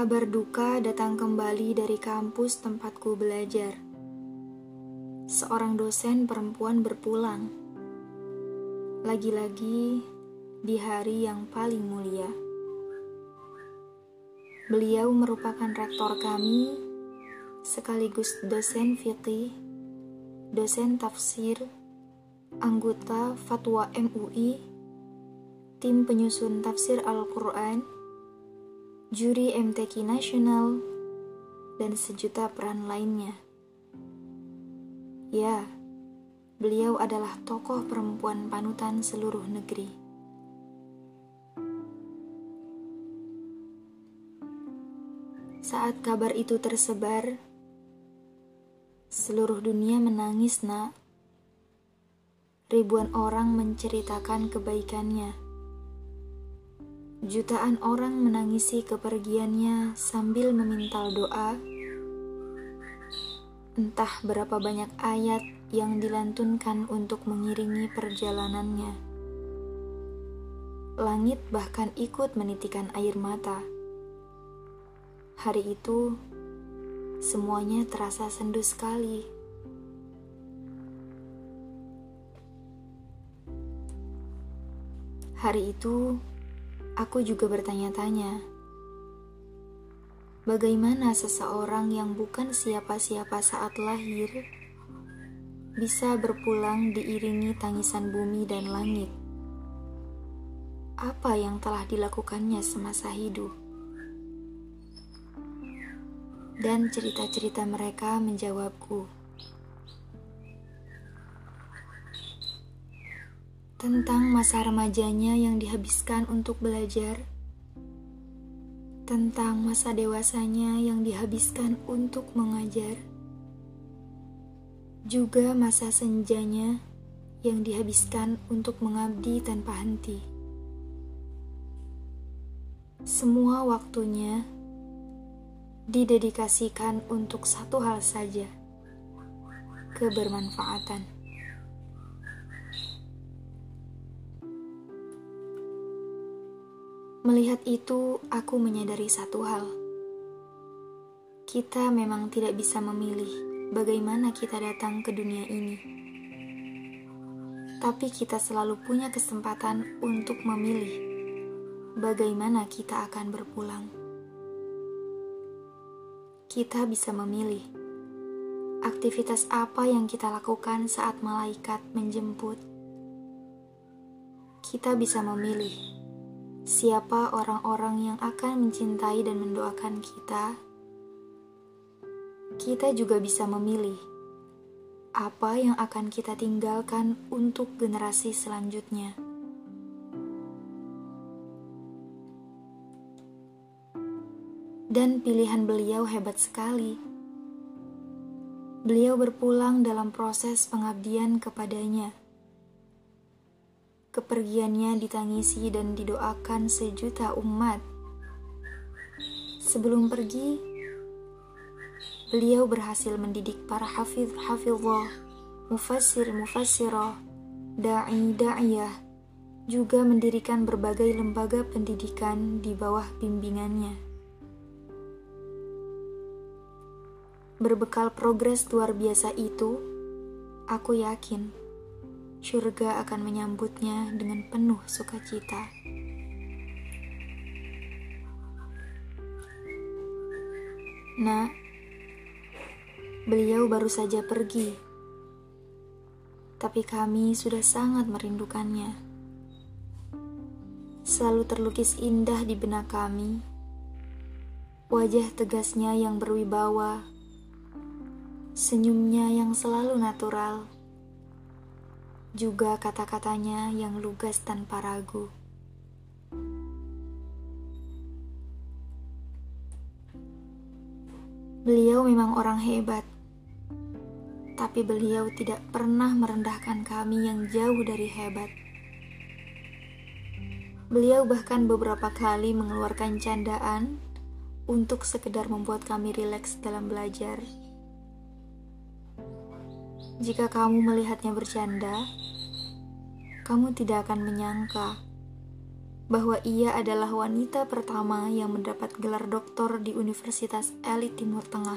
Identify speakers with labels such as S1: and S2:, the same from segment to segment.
S1: Kabar duka datang kembali dari kampus tempatku belajar. Seorang dosen perempuan berpulang. Lagi-lagi di hari yang paling mulia. Beliau merupakan rektor kami, sekaligus dosen fiqih, dosen tafsir, anggota fatwa MUI, tim penyusun tafsir Al-Quran, juri MTQ nasional, dan sejuta peran lainnya. Ya, beliau adalah tokoh perempuan panutan seluruh negeri. Saat kabar itu tersebar, seluruh dunia menangis, nak. Ribuan orang menceritakan kebaikannya. Jutaan orang menangisi kepergiannya sambil memintal doa. Entah berapa banyak ayat yang dilantunkan untuk mengiringi perjalanannya. Langit bahkan ikut menitikan air mata. Hari itu, semuanya terasa sendu sekali. Hari itu, aku juga bertanya-tanya, bagaimana seseorang yang bukan siapa-siapa saat lahir bisa berpulang diiringi tangisan bumi dan langit? Apa yang telah dilakukannya semasa hidup? Dan cerita-cerita mereka menjawabku tentang masa remajanya yang dihabiskan untuk belajar, tentang masa dewasanya yang dihabiskan untuk mengajar, juga masa senjanya yang dihabiskan untuk mengabdi tanpa henti. Semua waktunya didedikasikan untuk satu hal saja, kebermanfaatan. Melihat itu, aku menyadari satu hal. Kita memang tidak bisa memilih bagaimana kita datang ke dunia ini. Tapi kita selalu punya kesempatan untuk memilih bagaimana kita akan berpulang. Kita bisa memilih aktivitas apa yang kita lakukan saat malaikat menjemput. Kita bisa memilih siapa orang-orang yang akan mencintai dan mendoakan kita. Kita juga bisa memilih apa yang akan kita tinggalkan untuk generasi selanjutnya. Dan pilihan beliau hebat sekali. Beliau berpulang dalam proses pengabdian kepadanya. Kepergiannya ditangisi dan didoakan sejuta umat. Sebelum pergi, beliau berhasil mendidik para hafidh-hafidhah, mufassir-mufassirah, da'i-da'iyah, juga mendirikan berbagai lembaga pendidikan di bawah bimbingannya. Berbekal progres luar biasa itu, aku yakin syurga akan menyambutnya dengan penuh sukacita. Nah, beliau baru saja pergi, tapi kami sudah sangat merindukannya. Selalu terlukis indah di benak kami, wajah tegasnya yang berwibawa, senyumnya yang selalu natural, juga kata-katanya yang lugas tanpa ragu. Beliau memang orang hebat, tapi beliau tidak pernah merendahkan kami yang jauh dari hebat. Beliau bahkan beberapa kali mengeluarkan candaan untuk sekedar membuat kami rileks dalam belajar. Jika kamu melihatnya bercanda, kamu tidak akan menyangka bahwa ia adalah wanita pertama yang mendapat gelar doktor di Universitas Elit Timur Tengah.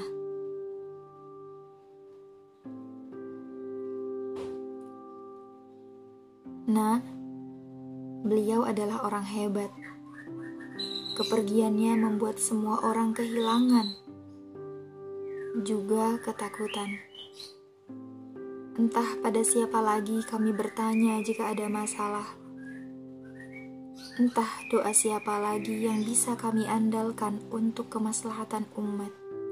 S1: Nah, beliau adalah orang hebat. Kepergiannya membuat semua orang kehilangan, juga ketakutan. Entah pada siapa lagi kami bertanya jika ada masalah. Entah doa siapa lagi yang bisa kami andalkan untuk kemaslahatan umat.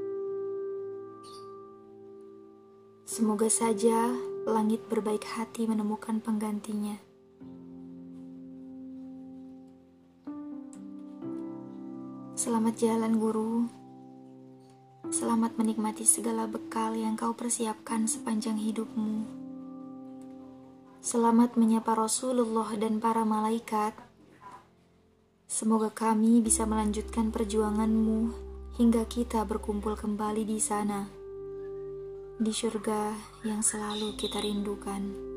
S1: Semoga saja langit berbaik hati menemukan penggantinya. Selamat jalan, Guru. Selamat menikmati segala bekal yang kau persiapkan sepanjang hidupmu. Selamat menyapa Rasulullah dan para malaikat. Semoga kami bisa melanjutkan perjuanganmu hingga kita berkumpul kembali di sana, di surga yang selalu kita rindukan.